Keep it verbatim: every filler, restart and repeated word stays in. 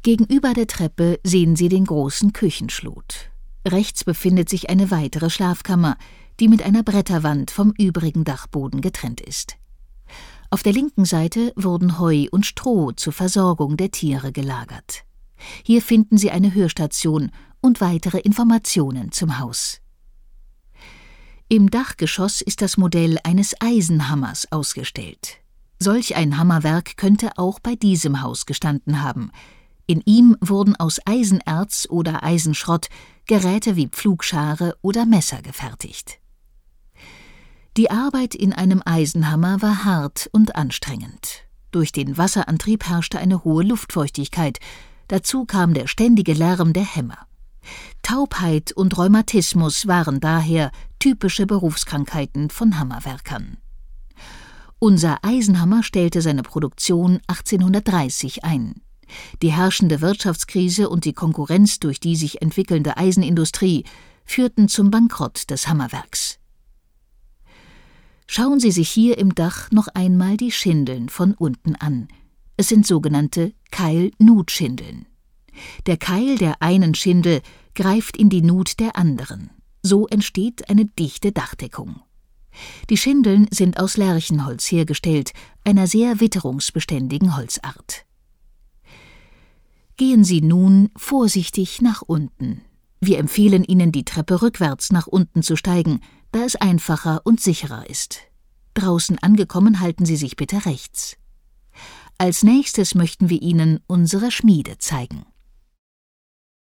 Gegenüber der Treppe sehen Sie den großen Küchenschlot. Rechts befindet sich eine weitere Schlafkammer, die mit einer Bretterwand vom übrigen Dachboden getrennt ist. Auf der linken Seite wurden Heu und Stroh zur Versorgung der Tiere gelagert. Hier finden Sie eine Hörstation und weitere Informationen zum Haus. Im Dachgeschoss ist das Modell eines Eisenhammers ausgestellt. Solch ein Hammerwerk könnte auch bei diesem Haus gestanden haben. In ihm wurden aus Eisenerz oder Eisenschrott Geräte wie Pflugschare oder Messer gefertigt. Die Arbeit in einem Eisenhammer war hart und anstrengend. Durch den Wasserantrieb herrschte eine hohe Luftfeuchtigkeit. Dazu kam der ständige Lärm der Hämmer. Taubheit und Rheumatismus waren daher typische Berufskrankheiten von Hammerwerkern. Unser Eisenhammer stellte seine Produktion achtzehnhundertdreißig ein. Die herrschende Wirtschaftskrise und die Konkurrenz durch die sich entwickelnde Eisenindustrie führten zum Bankrott des Hammerwerks. Schauen Sie sich hier im Dach noch einmal die Schindeln von unten an. Es sind sogenannte Keil-Nut-Schindeln. Der Keil der einen Schindel greift in die Nut der anderen. So entsteht eine dichte Dachdeckung. Die Schindeln sind aus Lärchenholz hergestellt, einer sehr witterungsbeständigen Holzart. Gehen Sie nun vorsichtig nach unten. Wir empfehlen Ihnen, die Treppe rückwärts nach unten zu steigen, da es einfacher und sicherer ist. Draußen angekommen, halten Sie sich bitte rechts. Als nächstes möchten wir Ihnen unsere Schmiede zeigen.